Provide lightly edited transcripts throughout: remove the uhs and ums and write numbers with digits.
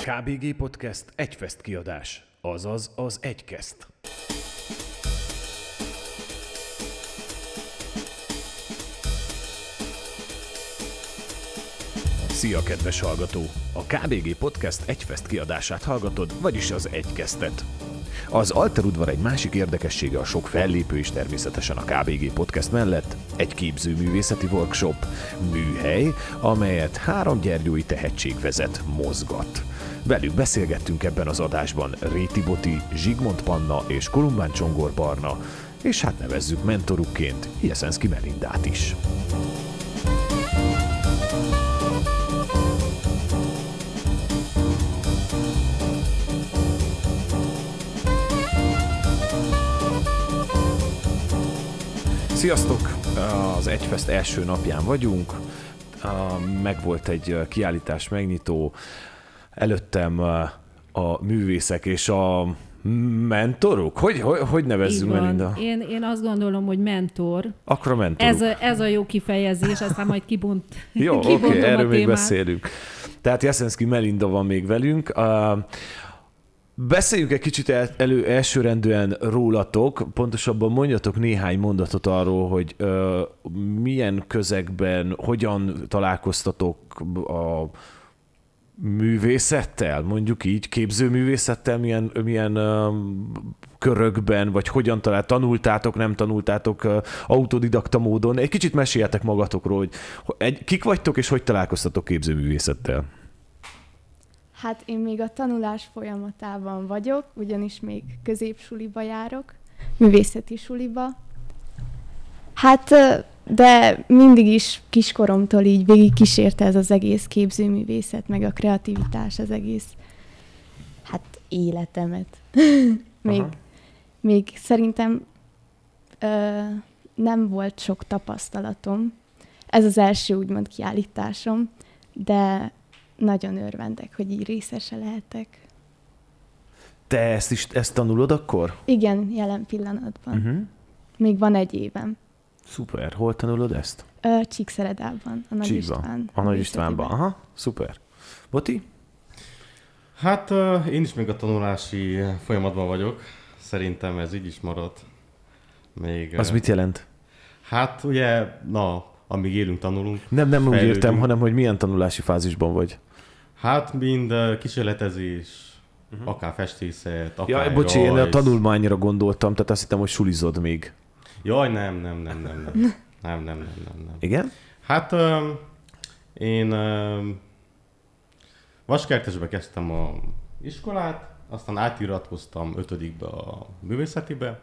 KBG Podcast egyfest kiadás, azaz az egykeszt. Szia, kedves hallgató! A KBG Podcast egyfest kiadását hallgatod, vagyis az egykesztet. Az Alter udvar egy másik érdekessége a sok fellépő is természetesen a KBG Podcast mellett egy képzőművészeti workshop, műhely, amelyet 3 gyergyói tehetség vezet, mozgat. Velük beszélgettünk ebben az adásban Réti Boti, Zsigmond Panna és Kolumbán Csongor Barna, és hát nevezzük mentorukként Jeszenszky Melindát is. Sziasztok! Az Egyfest első napján vagyunk. Megvolt egy kiállítás megnyitó. Előttem a művészek és a mentorok? Hogy nevezzünk, Melinda? Én azt gondolom, hogy mentor. Akkor a mentorok. Ez a jó kifejezés, aztán majd kibontom oké, erről még témát. beszélünk. Tehát Jeszenszky Melinda van még velünk. Beszéljünk egy kicsit elsőrendűen rólatok, pontosabban mondjatok néhány mondatot arról, hogy milyen közegben, hogyan találkoztatok a művészettel, mondjuk így, képzőművészettel, milyen körökben, vagy hogyan tanultátok, nem tanultátok autodidakta módon. Egy kicsit meséljetek magatokról, hogy kik vagytok, és hogy találkoztatok képzőművészettel. Hát én még a tanulás folyamatában vagyok, ugyanis még középsuliba járok, művészeti suliba. Hát, de mindig is kiskoromtól így végig kísérte ez az egész képzőművészet, meg a kreativitás az egész, hát életemet. még szerintem nem volt sok tapasztalatom. Ez az első úgymond kiállításom, de nagyon örvendek, hogy így részese lehetek. Te ezt tanulod akkor? Igen, jelen pillanatban. Még van 1 évem. Szuper. Hol tanulod ezt? Csíkszeredában, a Nagy István. A Nagy Istvánban. Aha, szuper. Boti? Hát én is még a tanulási folyamatban vagyok. Szerintem ez így is marad. Az mit jelent? Hát ugye, amíg élünk, tanulunk. Nem úgy értem, hanem hogy milyen tanulási fázisban vagy. Hát mind kísérletezés, akár festészet, akár Ja, bocsi, én a tanulmányra gondoltam, tehát azt hittem, hogy sulizod még. Jaj, nem. Igen? Hát én Vaskertesbe kezdtem a iskolát, aztán átiratkoztam 5-be a művészetibe,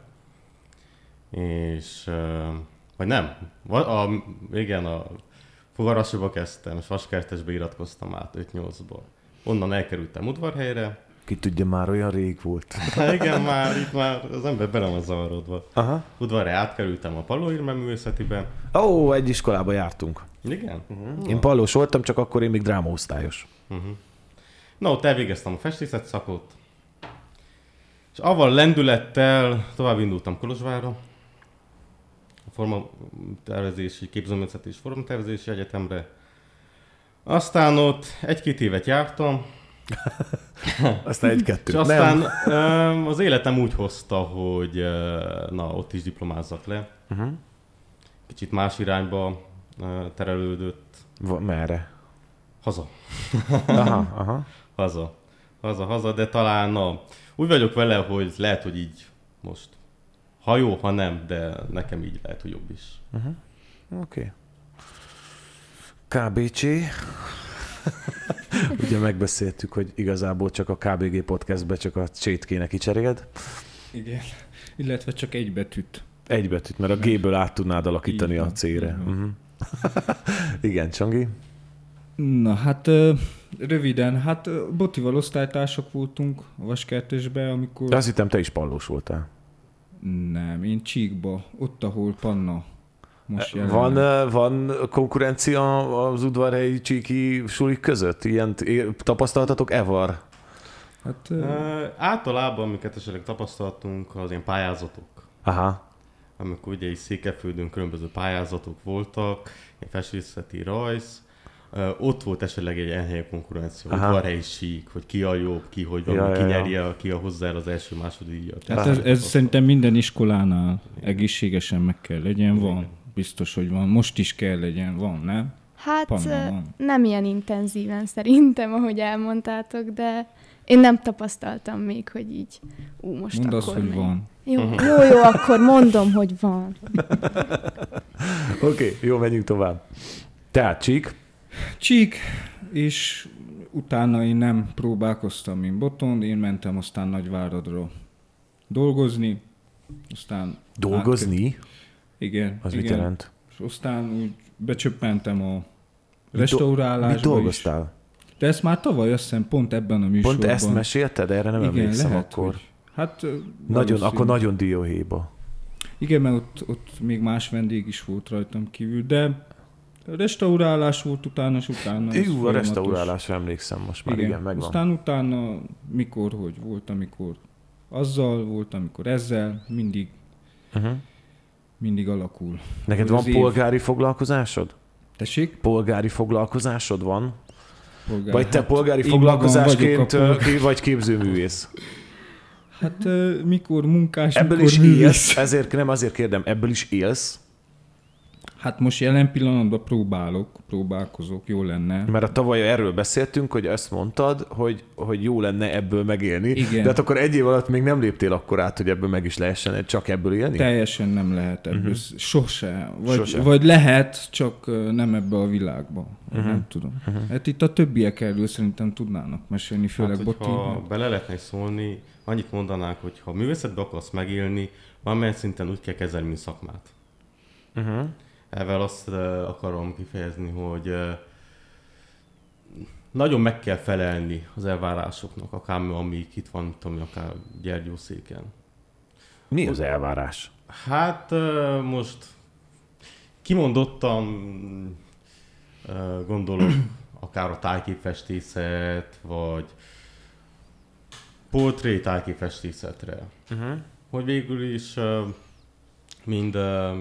és vagy nem, igen, a Fogarasiba kezdtem, és Vaskertesbe iratkoztam át 5-8-ból. Onnan elkerültem Udvarhelyre. Ki tudja, már olyan rég volt. Igen, itt már az ember bele van zavarodva. Aha. Udvarhely átkerültem a Palló Irma művészetibe. Egy iskolába jártunk. Igen? Én pallós voltam, csak akkor én még drámaosztályos. Na, ott elvégeztem a festészet szakot, és avval lendülettel tovább indultam Kolozsvárra, a formatervezési, képzőművészeti és formatervezési egyetemre. Aztán ott 1-2 évet jártam. Aztán 1-2. És aztán az életem úgy hozta, hogy ott is diplomázzak le. Kicsit más irányba terelődött. Merre? Haza. Aha. Haza, de talán úgy vagyok vele, hogy lehet, hogy így most ha jó, ha nem, de nekem így lehet, hogy jobb is. Oké. KBC. Ugye megbeszéltük, hogy igazából csak a KBG Podcastbe csak a C-t kéne kicseréld. Igen, illetve csak egy betűt. Egy betűt, mert a G-ből át tudnád alakítani a C-re. Igen, Csongi? Na hát röviden, Botival osztálytársak voltunk a Vaskertesbe, amikor... De azt hittem, te is pallós voltál. Nem, én Csíkba, ott, ahol Panna most Van konkurencia az udvarhelyi csíki sulik között? Ilyen tapasztaltatok ever? Hát, általában, amiket esetleg tapasztaltunk, az ilyen pályázatok. Aha. Amikor ugye is Székelyföldön különböző pályázatok voltak, festészeti rajz, ott volt esetleg egy enyhe konkurencia, Aha. hogy van helyi sík, hogy ki a jobb, ki hogy van, ki nyerje, ki a hozzá el az első második díjat. Hát ez szerintem minden iskolánál egészségesen meg kell legyen, van. Biztos, hogy van. Most is kell legyen, van, nem? Hát Panna van. nem ilyen intenzíven szerintem, ahogy elmondtátok, de én nem tapasztaltam még, hogy így most Mondd akkor azt, hogy megy. van. Jó, akkor mondom, hogy van. Oké, jó, menjünk tovább. Tehát Csík. Csík, és utána én nem próbálkoztam, mint Botond, én mentem aztán Nagyváradra dolgozni, aztán... Dolgozni? Igen. Az igen. mit jelent? És aztán úgy becsöppentem a restaurálásba Mit dolgoztál? is. De ezt már tavaly azt hiszem pont ebben a műsorban. Pont ezt mesélted? Erre nem igen, emlékszem lehet, akkor. Hogy, hát Akkor nagyon dióhéjba. Igen, mert ott még más vendég is volt rajtam kívül, de restaurálás volt utána. A restaurálásra emlékszem most már, igen megvan. Aztán utána mikor, hogy volt, amikor azzal volt, amikor ezzel, mindig alakul. Neked Hogy van az polgári foglalkozásod? Tessék? Polgári foglalkozásod van? Polgár. Vagy te polgári én magam foglalkozásként vagyok vagy képzőművész? Hát mikor munkás, Ebből mikor is művész. élsz? Nem azért kérdem, ebből is élsz? Hát most jelen pillanatban próbálkozok, jó lenne. Mert a tavaly erről beszéltünk, hogy azt mondtad, hogy jó lenne ebből megélni. Igen. De hát akkor egy év alatt még nem léptél akkor át, hogy ebből meg is lehessen csak ebből élni? Teljesen nem lehet ebből. Sose. Sose. Vagy lehet, csak nem ebbe a világba. Nem tudom. Hát itt a többiek erről szerintem tudnának mesélni, főleg hát, Botti. hogyha bele lehetne szólni, annyit mondanák, hogy ha művészetbe akarsz megélni, valamilyen szinten úgy kell kezelni, mint szakmát. Ezzel azt akarom kifejezni, hogy nagyon meg kell felelni az elvárásoknak, akár amik itt van, akár Gyergyószéken. Mi az elvárás? Hát most kimondottan gondolok akár a tájképfestészet, vagy portré tájképfestészetre. Hogy végül is mind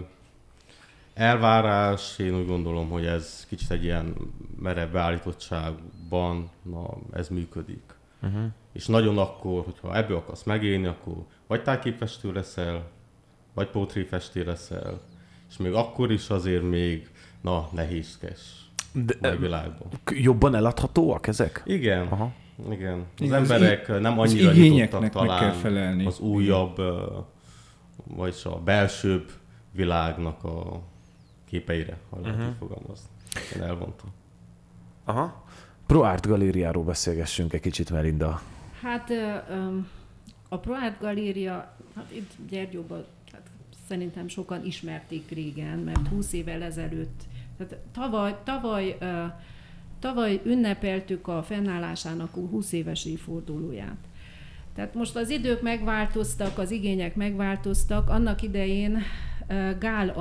elvárás, én úgy gondolom, hogy ez kicsit egy ilyen merev beállítottságban ez működik. És nagyon akkor, hogyha ebből akarsz megélni, akkor vagy tájképfestő leszel, vagy portréfestő leszel, és még akkor is azért még nehézkes a világban. Jobban eladhatóak ezek? Igen. Aha. Igen. Az Igen, emberek nem annyira igényeknek nyitottak meg kell talán felelni. az újabb, vagyis a belsőbb világnak a képeire, ha lehet így fogalmazni. Én elvontam. Aha. ProArt galériáról beszélgessünk egy kicsit, Melinda. Hát a ProArt galéria, hát itt Gyergyóban hát szerintem sokan ismerték régen, mert 20 évvel ezelőtt, tehát tavaly ünnepeltük a fennállásának 20 éves évfordulóját. Tehát most az idők megváltoztak, az igények megváltoztak. Annak idején Gál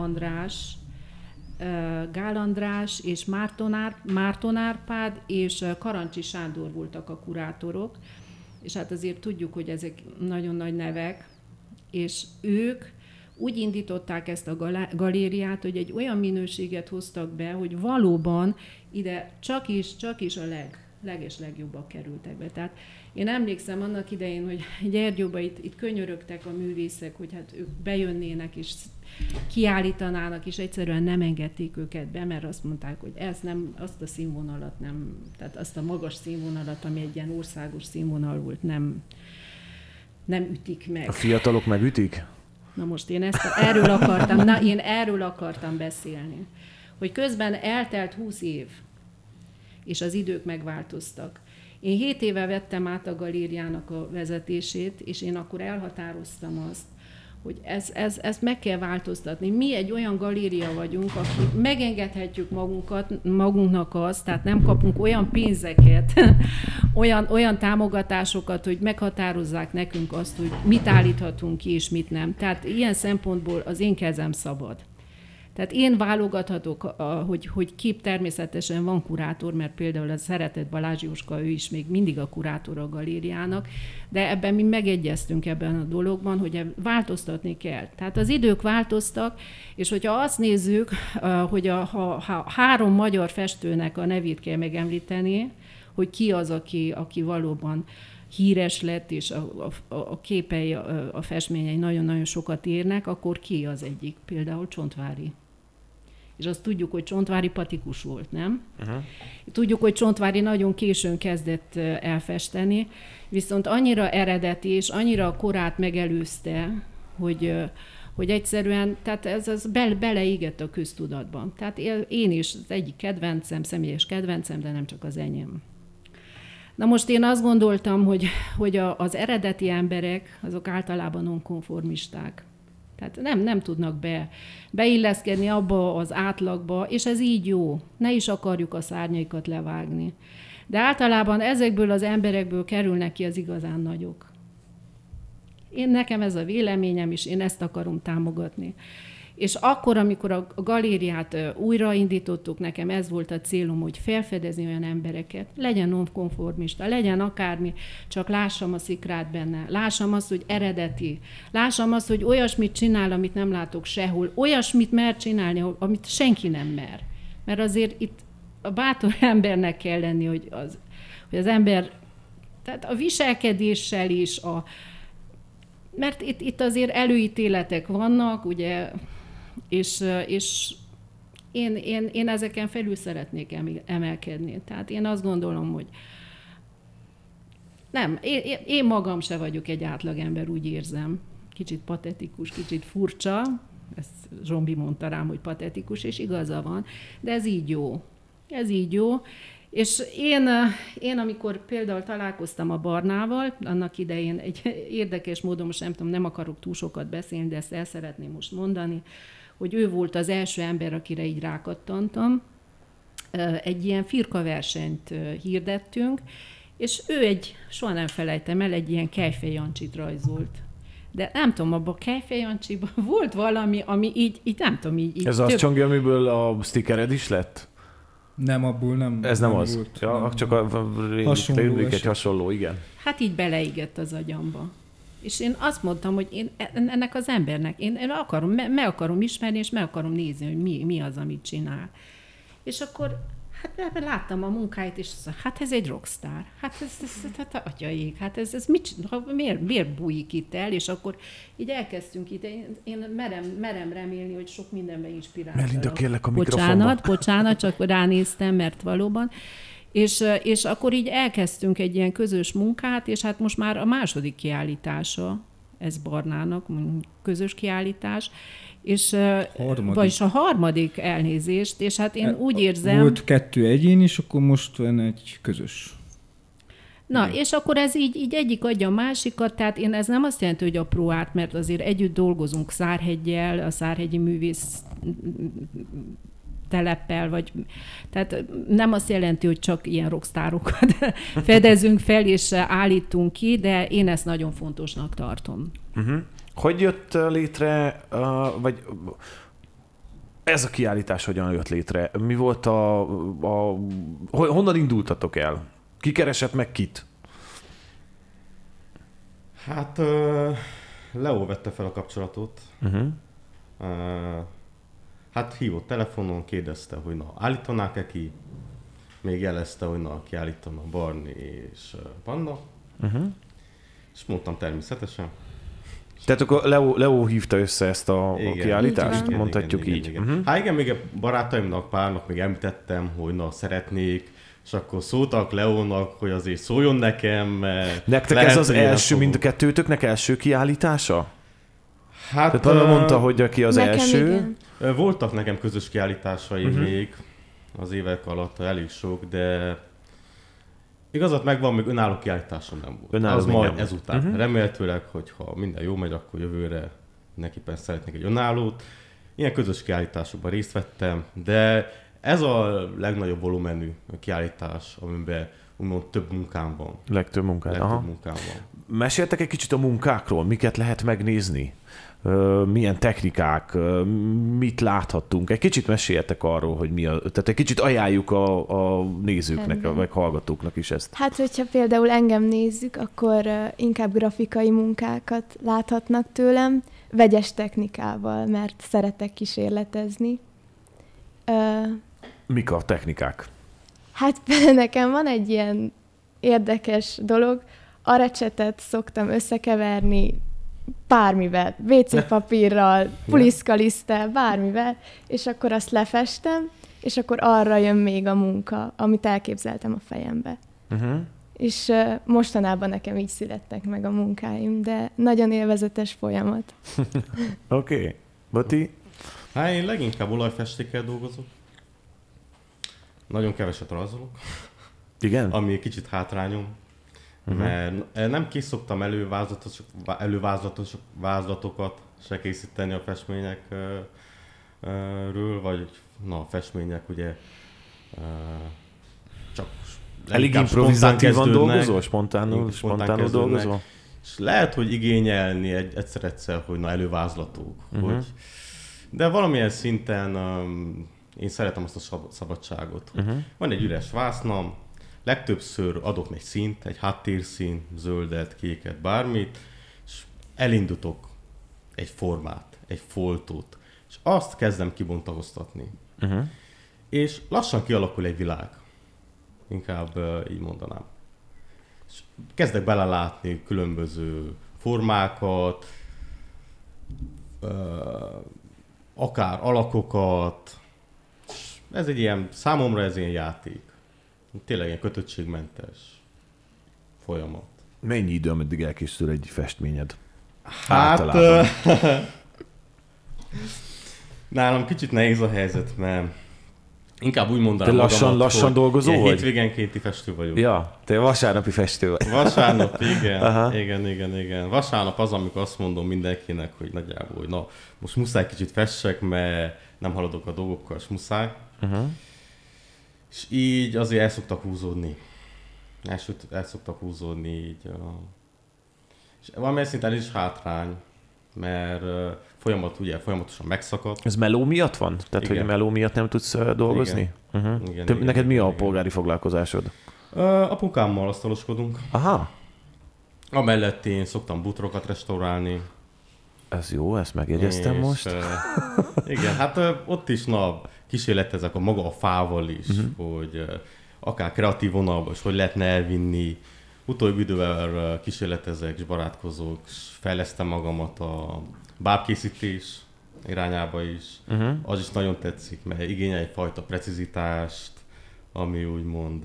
András és Márton Árpád és Karancsi Sándor voltak a kurátorok, és hát azért tudjuk, hogy ezek nagyon nagy nevek, és ők úgy indították ezt a galériát, hogy egy olyan minőséget hoztak be, hogy valóban ide csak is a legjobbak kerültek be. Tehát én emlékszem annak idején, hogy Gyergyóban itt könyörögtek a művészek, hogy hát ők bejönnének és kiállítanának, és egyszerűen nem engedték őket be, mert azt mondták, hogy ez nem, azt a színvonalat nem, tehát azt a magas színvonalat, ami egy ilyen országos színvonal volt, nem ütik meg. A fiatalok megütik? Na most én erről akartam beszélni. Hogy közben eltelt 20 év, és az idők megváltoztak. Én 7 éve vettem át a galériának a vezetését, és én akkor elhatároztam azt, hogy ezt meg kell változtatni. Mi egy olyan galéria vagyunk, aki megengedhetjük magunknak azt, tehát nem kapunk olyan pénzeket, olyan támogatásokat, hogy meghatározzák nekünk azt, hogy mit állíthatunk ki, és mit nem. Tehát ilyen szempontból az én kezem szabad. Tehát én válogathatok, hogy ki természetesen van kurátor, mert például a Szeretett Balázs Jóska, ő is még mindig a kurátor a galériának, de ebben mi megegyeztünk ebben a dologban, hogy változtatni kell. Tehát az idők változtak, és hogyha azt nézzük, hogy ha 3 magyar festőnek a nevét kell megemlíteni, hogy ki az, aki valóban híres lett, és a képei, a festményei nagyon-nagyon sokat érnek, akkor ki az egyik? Például Csontváry. És azt tudjuk, hogy Csontváry patikus volt, nem? Uh-huh. Tudjuk, hogy Csontváry nagyon későn kezdett elfesteni, viszont annyira eredeti, és annyira a korát megelőzte, hogy egyszerűen, tehát ez beleégett a köztudatban. Tehát én is az egyik kedvencem, személyes kedvencem, de nem csak az enyém. Na most én azt gondoltam, hogy az eredeti emberek, azok általában nonkonformisták. Tehát nem tudnak beilleszkedni abba az átlagba, és ez így jó. Ne is akarjuk a szárnyaikat levágni. De általában ezekből az emberekből kerülnek ki az igazán nagyok. Nekem ez a véleményem, és én ezt akarom támogatni. És akkor, amikor a galériát újraindítottuk, nekem ez volt a célom, hogy felfedezni olyan embereket, legyen nonkonformista, legyen akármi, csak lássam a szikrát benne, lássam azt, hogy eredeti, lássam azt, hogy olyasmit csinál, amit nem látok sehol, olyasmit mer csinálni, amit senki nem mer. Mert azért itt a bátor embernek kell lenni, hogy az ember, tehát a viselkedéssel is, mert itt azért előítéletek vannak, ugye, és én ezeken felül szeretnék emelkedni. Tehát én azt gondolom, hogy nem, én magam se vagyok egy átlagember, úgy érzem. Kicsit patetikus, kicsit furcsa, ezt Zsombi mondta rám, hogy patetikus, és igaza van, de ez így jó. Ez így jó. És én amikor például találkoztam a Barnával, annak idején egy érdekes módon, most nem tudom, nem akarok túl sokat beszélni, de ezt el szeretném most mondani, hogy ő volt az első ember, akire így rákattantam. Egy ilyen firka versenyt hirdettünk, és ő soha nem felejtem el, egy ilyen Kejfej Jancsit rajzolt. De nem tudom, abban a Kejfej Jancsiban volt valami, ami így nem tudom, így ez az Csongi, amiből a stickered is lett? Nem, abból nem. Ez nem az? Volt, ja, nem csak egy hasonló, igen. Hát így beleégett az agyamba. És én azt mondtam, hogy én ennek az embernek, én meg akarom ismerni, és meg akarom nézni, hogy mi az, amit csinál. És akkor hát láttam a munkáit, és hát ez egy rockstar. Hát ez atyaik, hát ez miért bújik itt el? És akkor így elkezdtünk itt, én merem remélni, hogy sok mindenben inspiráltak. Melinda, kérlek a mikrofonba. Bocsánat, csak ránéztem, mert valóban. És akkor így elkezdtünk egy ilyen közös munkát, és hát most már a második kiállítása, ez Barnának, közös kiállítás, és vagyis a harmadik elnézést, és hát én úgy érzem... Volt 2 egyén, és akkor most van egy közös. Na, és akkor ez így egyik adja a másikat, tehát ez nem azt jelenti, hogy apró árt, mert azért együtt dolgozunk Szárheggyel, a Szárhegyi Művész teleppel, tehát nem azt jelenti, hogy csak ilyen rockstárokat fedezünk fel és állítunk ki, de én ezt nagyon fontosnak tartom. Uh-huh. Hogy jött létre, vagy ez a kiállítás hogyan jött létre? Mi volt honnan indultatok el? Ki keresett meg kit? Hát Leo vette fel a kapcsolatot. Uh-huh. Hát hívott telefonon, kérdezte, hogy állítanák-e ki? Még jelezte, hogy kiállítanak Barni és Panna. Uh-huh. És mondtam természetesen. Tehát akkor Leo hívta össze ezt a kiállítást? Igen, mondhatjuk igen, így. Igen. Uh-huh. Hát igen, még a barátaimnak, párnak még említettem, hogy szeretnék, és akkor szóltak Leónak, hogy azért szóljon nekem. Nektek ez az első, mind a kettőtöknek első kiállítása? Hát... Tehát mondta, hogy aki az első. Igen. Voltak nekem közös kiállításaim még az évek alatt, elég sok, de igazat megvan, még önálló kiállításom nem volt. Az majd ezután. Uh-huh. Remélhetőleg, hogyha minden jó megy, akkor jövőre nekiben szeretnék egy önállót. Ilyen közös kiállításokban részt vettem, de ez a legnagyobb volumenű kiállítás, amiben úgymond több munkám van. Legtöbb munkám. Legtöbb munkám van. Meséltek egy kicsit a munkákról, miket lehet megnézni? Milyen technikák, mit láthattunk? Egy kicsit meséljetek arról, hogy tehát egy kicsit ajánljuk a nézőknek, vagy hallgatóknak is ezt. Hát, hogyha például engem nézzük, akkor inkább grafikai munkákat láthatnak tőlem, vegyes technikával, mert szeretek kísérletezni. Mik a technikák? Hát nekem van egy ilyen érdekes dolog, arecsetet szoktam összekeverni bármivel, WC papírral, puliszkaliszttel, bármivel, és akkor azt lefestem, és akkor arra jön még a munka, amit elképzeltem a fejembe. És mostanában nekem így születtek meg a munkáim, de nagyon élvezetes folyamat. Oké. Boti? Hát én leginkább olajfestékkel dolgozok. Nagyon keveset rajzolok. Igen? Ami egy kicsit hátrányom. Mert nem kiszoktam elővázlatokat se készíteni a festményekről, vagy a festmények ugye csak elég improvizatívan dolgozol? Spontánul dolgozol? És lehet, hogy igényelni egyszer, hogy elővázlatok. De valamilyen szinten én szeretem azt a szabadságot. Van egy üres vásznam, legtöbbször adok egy színt, egy háttérszín, zöldet, kéket, bármit, és elindítok egy formát, egy foltot, és azt kezdem kibontakoztatni. És lassan kialakul egy világ. Inkább így mondanám. És kezdek belelátni különböző formákat, akár alakokat. Ez egy ilyen, számomra ez ilyen játék. Tényleg ilyen kötöttségmentes folyamat. Mennyi idő, ameddig elkészül egy festményed? Hát nálam kicsit nehéz a helyzet, mert inkább úgy mondanám magamat, lassan dolgozó vagy? Hétvégenkénti festő vagyok. Ja, te vasárnapi festő vagy. Vasárnap, igen. Vasárnap az, amikor azt mondom mindenkinek, hogy nagyjából, hogy na, most muszáj kicsit fessek, mert nem haladok a dolgokkal, és muszáj. És így azért el szoktak húzódni így. És valamilyen szinten is hátrány, mert folyamatosan megszakad. Ez meló miatt van? Tehát, igen. Hogy meló miatt nem tudsz dolgozni? Igen. Neked mi a polgári foglalkozásod? Apukámmal asztaloskodunk. Aha. Amellett én szoktam bútorokat restaurálni. Ez jó, ezt megjegyeztem most. Igen, hát ott is kísérletezek maga a fával is, hogy akár kreatív vonalban is, hogy lehetne elvinni. Utóbbi idővel kísérletezek és barátkozok, és fejlesztem magamat a bábkészítés irányába is. Az is nagyon tetszik, mert igényel egyfajta precizitást, ami úgymond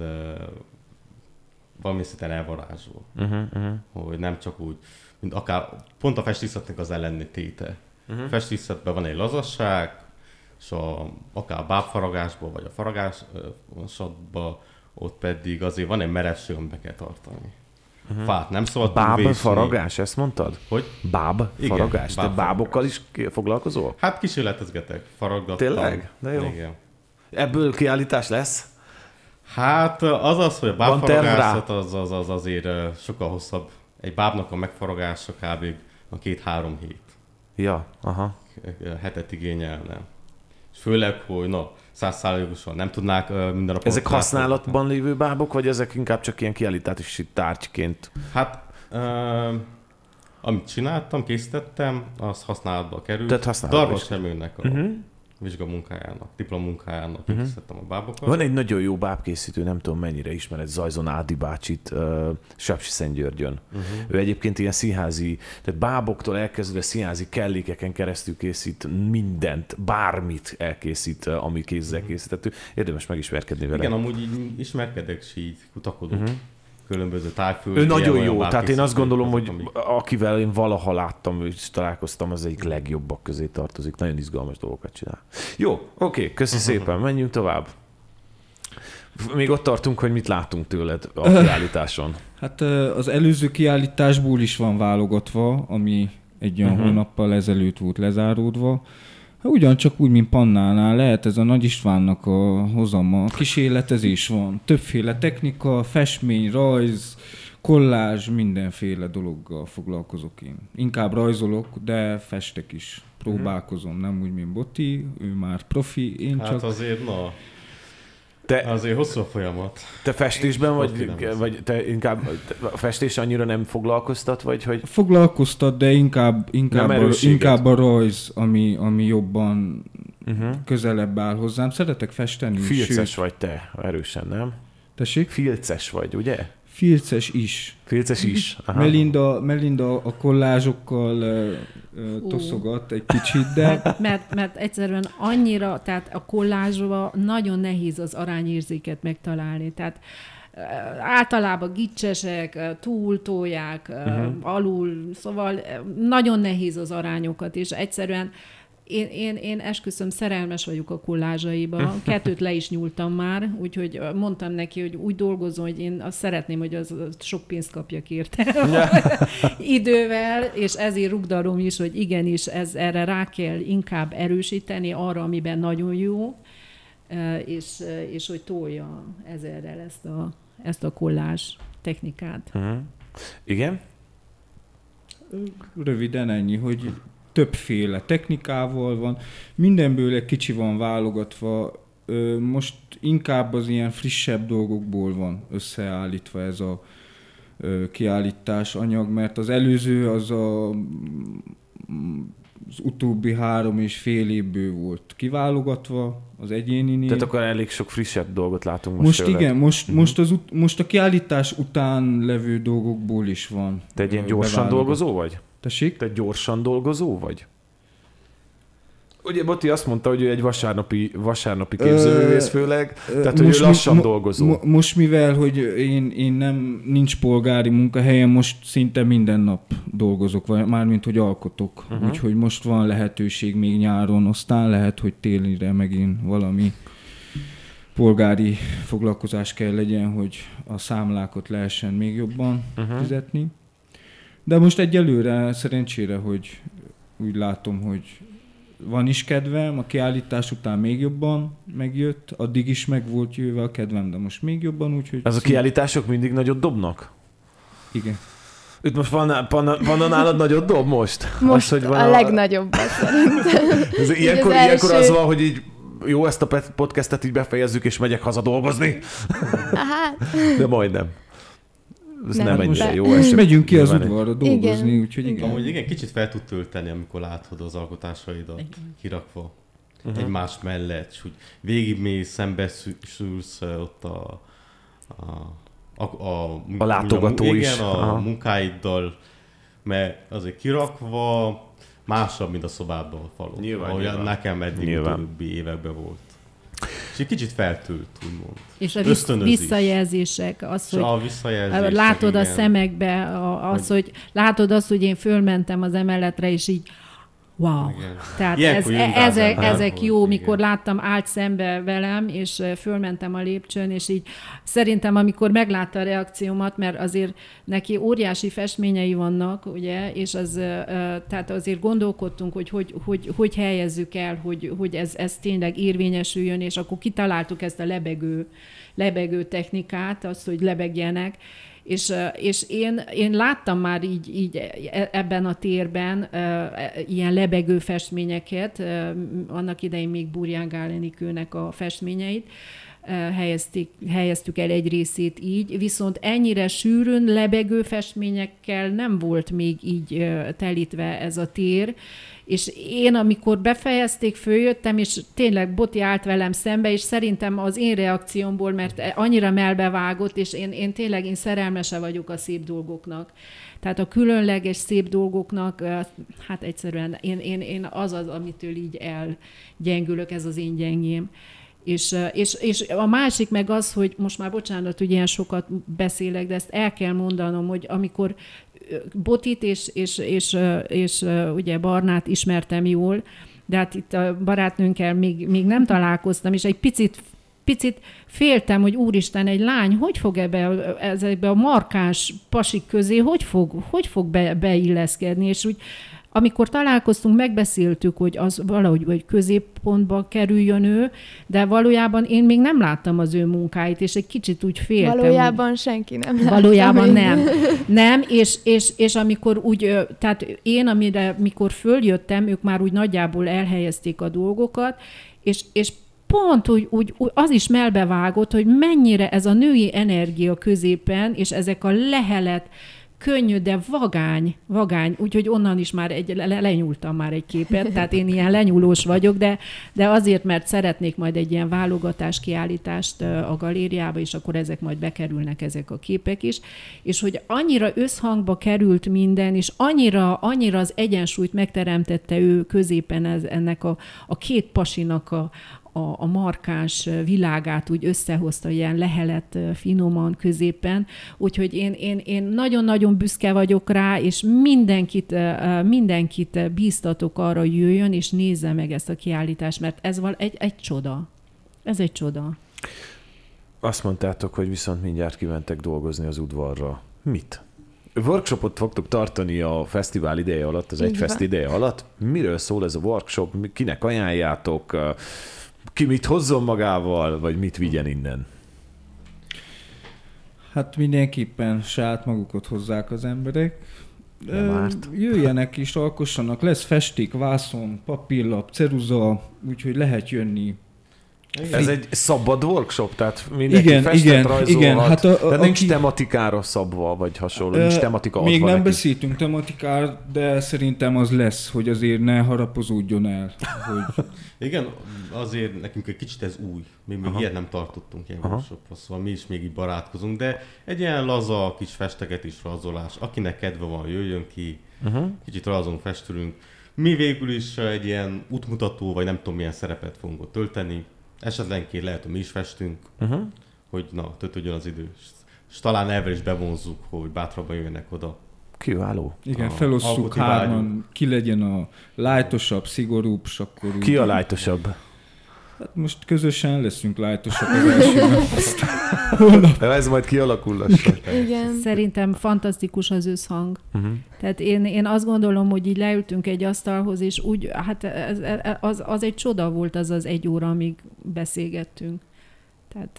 valami szinten elvarázsol. Hogy nem csak úgy, mint akár pont a festészetnek az ellentéte. A festészetben van egy lazasság, és akár a bábfaragásban, vagy a faragásodban, ott pedig azért van egy merevség, amit be kell tartani. Fát nem szabad bábfaragás, ezt mondtad? Hogy? Bábfaragás? Te bábokkal is foglalkozol? Hát kísérletezgetek, faraggattam. Tényleg? De jó. Igen. Ebből kiállítás lesz? Hát az, hogy a bábfaragászat az azért sokkal hosszabb. Egy bábnak a megfaragása kb. A 2-3 hét. Ja, aha. Hetet igényelne. És főleg, hogy 100%-osan nem tudnák minden nap. Ezek használatban lévő bábok, vagy ezek inkább csak ilyen kiállítási tárgyként? Hát, amit csináltam, készítettem, az használatba került. Darvas Remőnek a vizsgamunkájának, diplomunkájának készítettem a bábokat. Van egy nagyon jó bábkészítő, nem tudom mennyire ismered, Zajzon Ádi bácsit, Sapsi-Szentgyörgyön. Ő egyébként ilyen színházi, tehát báboktól elkezdve színházi kellékeken keresztül készít mindent, bármit elkészít, ami kézzel készítettő. Érdemes megismerkedni vele. Igen, amúgy így ismerkedek, és így kutakodok. Különböző tájföldi. Ő nagyon jó, tehát én azt gondolom, hogy akivel én valaha láttam és találkoztam, az egyik legjobbak közé tartozik. Nagyon izgalmas dolgokat csinál. Jó, oké, köszi szépen, menjünk tovább. Még ott tartunk, hogy mit látunk tőled a kiállításon. Hát az előző kiállításból is van válogatva, ami egy olyan hónappal ezelőtt volt lezáródva. Ugyancsak úgy, mint Pannánál lehet ez a Nagy Istvánnak a hozama. Kísérletezés van. Többféle technika, festmény, rajz, kollázs, mindenféle dologgal foglalkozok én. Inkább rajzolok, de festek is. Próbálkozom, nem úgy, mint Boti, ő már profi, én hát csak... azért, Te, azért hosszú a folyamat. te festésben vagy te inkább a festés annyira nem foglalkoztat, vagy hogy... Foglalkoztat, de inkább a rajz, ami jobban közelebb áll hozzám. Szeretek festeni. Filces vagy te, erősen, nem? Tessék? Filces vagy, ugye? Filces is. Filces is. Aha. Melinda a kollázsokkal toszogat egy kicsit, de... Mert egyszerűen annyira, tehát a kollázsban nagyon nehéz az arányérzéket megtalálni. Tehát általában gicsesek, túltolják, alul, szóval nagyon nehéz az arányokat, és egyszerűen én esküszöm, szerelmes vagyok a kollázsaiba. 2 le is nyúltam már, úgyhogy mondtam neki, hogy úgy dolgozom, hogy én azt szeretném, hogy az sok pénzt kapjak érte idővel, és ezért rugdalom is, hogy igenis erre rá kell inkább erősíteni arra, amiben nagyon jó, és hogy tolja ezerrel ezt a kollázs technikát. Igen? Röviden ennyi, hogy többféle technikával van, mindenből egy kicsi van válogatva, most inkább az ilyen frissebb dolgokból van összeállítva ez a kiállítás anyag, mert az előző az utóbbi 3,5 évből volt kiválogatva, az egyéninél. Tehát akkor elég sok frissebb dolgot látunk most tőled. Igen, most a kiállítás után levő dolgokból is van. Te egy ilyen gyorsan dolgozó vagy? Tessék? Te gyorsan dolgozó vagy? Ugye Boti azt mondta, hogy ő egy vasárnapi képzőművész főleg, tehát hogy lassan dolgozó. Most mivel, hogy én nincs polgári munkahelyem, most szinte minden nap dolgozok, mármint hogy alkotok. Úgyhogy most van lehetőség még nyáron, aztán lehet, hogy télire megint valami polgári foglalkozás kell legyen, hogy a számlákat lehessen még jobban fizetni. De most egyelőre szerencsére, hogy úgy látom, hogy van is kedvem, a kiállítás után még jobban megjött, addig is meg volt jöve a kedvem, de most még jobban, úgyhogy... Ez a kiállítások mindig nagyot dobnak? Igen. Itt most Panna nálad nagyot dob most? Most az, hogy van a legnagyobb szerintem. Ilyenkor az van, hogy így jó, ezt a podcastet így befejezzük, és megyek haza dolgozni. De majdnem. Ez nem ennyire jó. Megyünk ki az udvarra dolgozni, úgyhogy igen. Amúgy igen, kicsit fel tud tölteni, amikor látod az alkotásaidat kirakva egymás mellett, és úgy végigmész, szembesülsz ott a látogató is. A munkáiddal, mert azért kirakva másabb, mint a szobában a falon. Nyilván. Nekem eddig utóbbi években volt. És egy kicsit feltölt, úgymond. És a visszajelzések, az, hogy látod igen. A szemekbe, hogy látod azt, hogy én fölmentem az emeletre, és így wow. Igen. Tehát ezek jó, igen. Mikor láttam, állt szembe velem, és fölmentem a lépcsőn, és így szerintem, amikor meglátta a reakciómat, mert azért neki óriási festményei vannak, ugye, és tehát azért gondolkodtunk, hogy helyezzük el, hogy ez tényleg érvényesüljön, és akkor kitaláltuk ezt a lebegő technikát, azt, hogy lebegjenek, és én láttam már így ebben a térben ilyen lebegő festményeket, annak idején még Burján Gálenikőnek a festményeit, helyeztük el egy részét így, viszont ennyire sűrűn lebegő festményekkel nem volt még így telítve ez a tér, és én, amikor befejezték, följöttem, és tényleg Boti állt velem szembe, és szerintem az én reakciómból, mert annyira melbevágott, és én tényleg szerelmese vagyok a szép dolgoknak. Tehát a különleges szép dolgoknak, hát egyszerűen én az, amitől így elgyengülök, ez az én gyengém. És a másik meg az, hogy most már bocsánat, hogy ilyen sokat beszélek, de ezt el kell mondanom, hogy amikor Botit és ugye Barnát ismertem jól, de hát itt a barátnőnkkel még nem találkoztam, és egy picit féltem, hogy úristen, egy lány hogy fog ezekbe a markáns pasik közé, hogy fog beilleszkedni, és úgy amikor találkoztunk, megbeszéltük, hogy az valahogy vagy középpontba kerüljön ő, de valójában én még nem láttam az ő munkáit, és egy kicsit úgy féltem. Valójában senki nem látta. Valójában nem. Nem, és amikor úgy, tehát én, mikor följöttem, ők már úgy nagyjából elhelyezték a dolgokat, és pont úgy az is melbevágott, hogy mennyire ez a női energia középen, és ezek a lehelet, könnyű, de vagány, úgyhogy onnan is már lenyúltam már egy képet, tehát én ilyen lenyúlós vagyok, de azért, mert szeretnék majd egy ilyen válogatás kiállítást a galériába, és akkor ezek majd bekerülnek ezek a képek is, és hogy annyira összhangba került minden, és annyira az egyensúlyt megteremtette ő középen ennek a két pasinak a markáns világát úgy összehozta ilyen lehelet finoman középen, úgyhogy én nagyon-nagyon büszke vagyok rá, és mindenkit bíztatok arra, hogy jöjjön, és nézze meg ezt a kiállítást, mert ez egy csoda. Ez egy csoda. Azt mondtátok, hogy viszont mindjárt kimentek dolgozni az udvarra. Mit? Workshopot fogtok tartani a fesztivál ideje alatt, az Egyfest ideje alatt. Miről szól ez a workshop? Kinek ajánljátok? Ki mit hozzon magával, vagy mit vigyen innen? Hát mindenképpen saját magukat hozzák az emberek. Nem árt. Jöjjenek és alkossanak. Lesz festék, vászon, papírlap, ceruza, úgyhogy lehet jönni. Ez egy szabad workshop, tehát mindenki festet rajzolhat, hát de nincs tematikára szabva, vagy hasonló, nincs tematika adva. Még nem neki. beszéltünk tematikára, de szerintem az lesz, hogy azért ne harapozódjon el. Hogy... Igen, azért nekünk egy kicsit ez új. Még ilyet nem tartottunk ilyen workshophoz, szóval mi is még így barátkozunk, de egy ilyen laza kis festegetés, rajzolás, akinek kedve van, jöjjön ki, kicsit rajzolunk, festülünk. Mi végül is egy ilyen útmutató, vagy nem tudom milyen szerepet fogunk ott tölteni. Esetlenként lehet, hogy mi is festünk, hogy tudjon az idő. És talán ebben is bevonzzuk, hogy bátrabban jöjjenek oda. Kiváló. Igen, felosszuk hárman, ki legyen a lightosabb, szigorúbb, és akkor... Ki a lightosabb? Hát most közösen leszünk lightosak az első nap. Ez majd kialakul lassan. Igen. Szerintem fantasztikus az összhang. Tehát én azt gondolom, hogy így leültünk egy asztalhoz, és úgy, hát az egy csoda volt az 1 óra, amíg beszélgettünk. Tehát...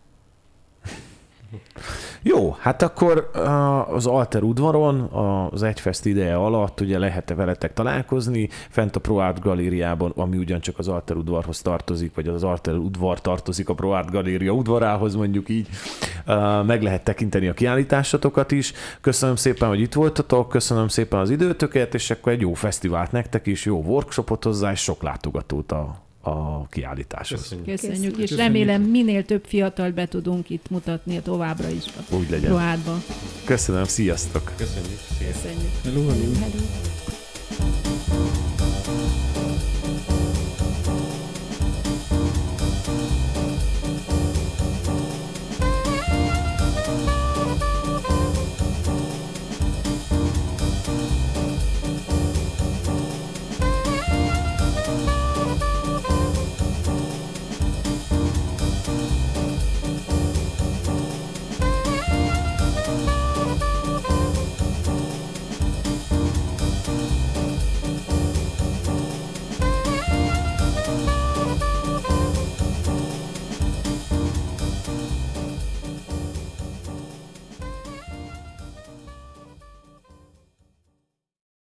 Jó, hát akkor az Alter udvaron az Egyfest ideje alatt ugye lehet veletek találkozni, fent a ProArt galériában, ami ugyancsak az Alter udvarhoz tartozik, vagy az Alter udvar tartozik a ProArt galéria udvarához, mondjuk így. Meg lehet tekinteni a kiállításatokat is. Köszönöm szépen, hogy itt voltatok, köszönöm szépen az időtöket, és akkor egy jó fesztivált nektek is, jó workshopot hozzá, és sok látogatót a kiállításhoz. Köszönjük, és remélem minél több fiatal be tudunk itt mutatni továbbra is a Úgy legyen. ProArtba. Köszönöm, sziasztok! Köszönjük! Köszönjük. Hello, hello. Hello.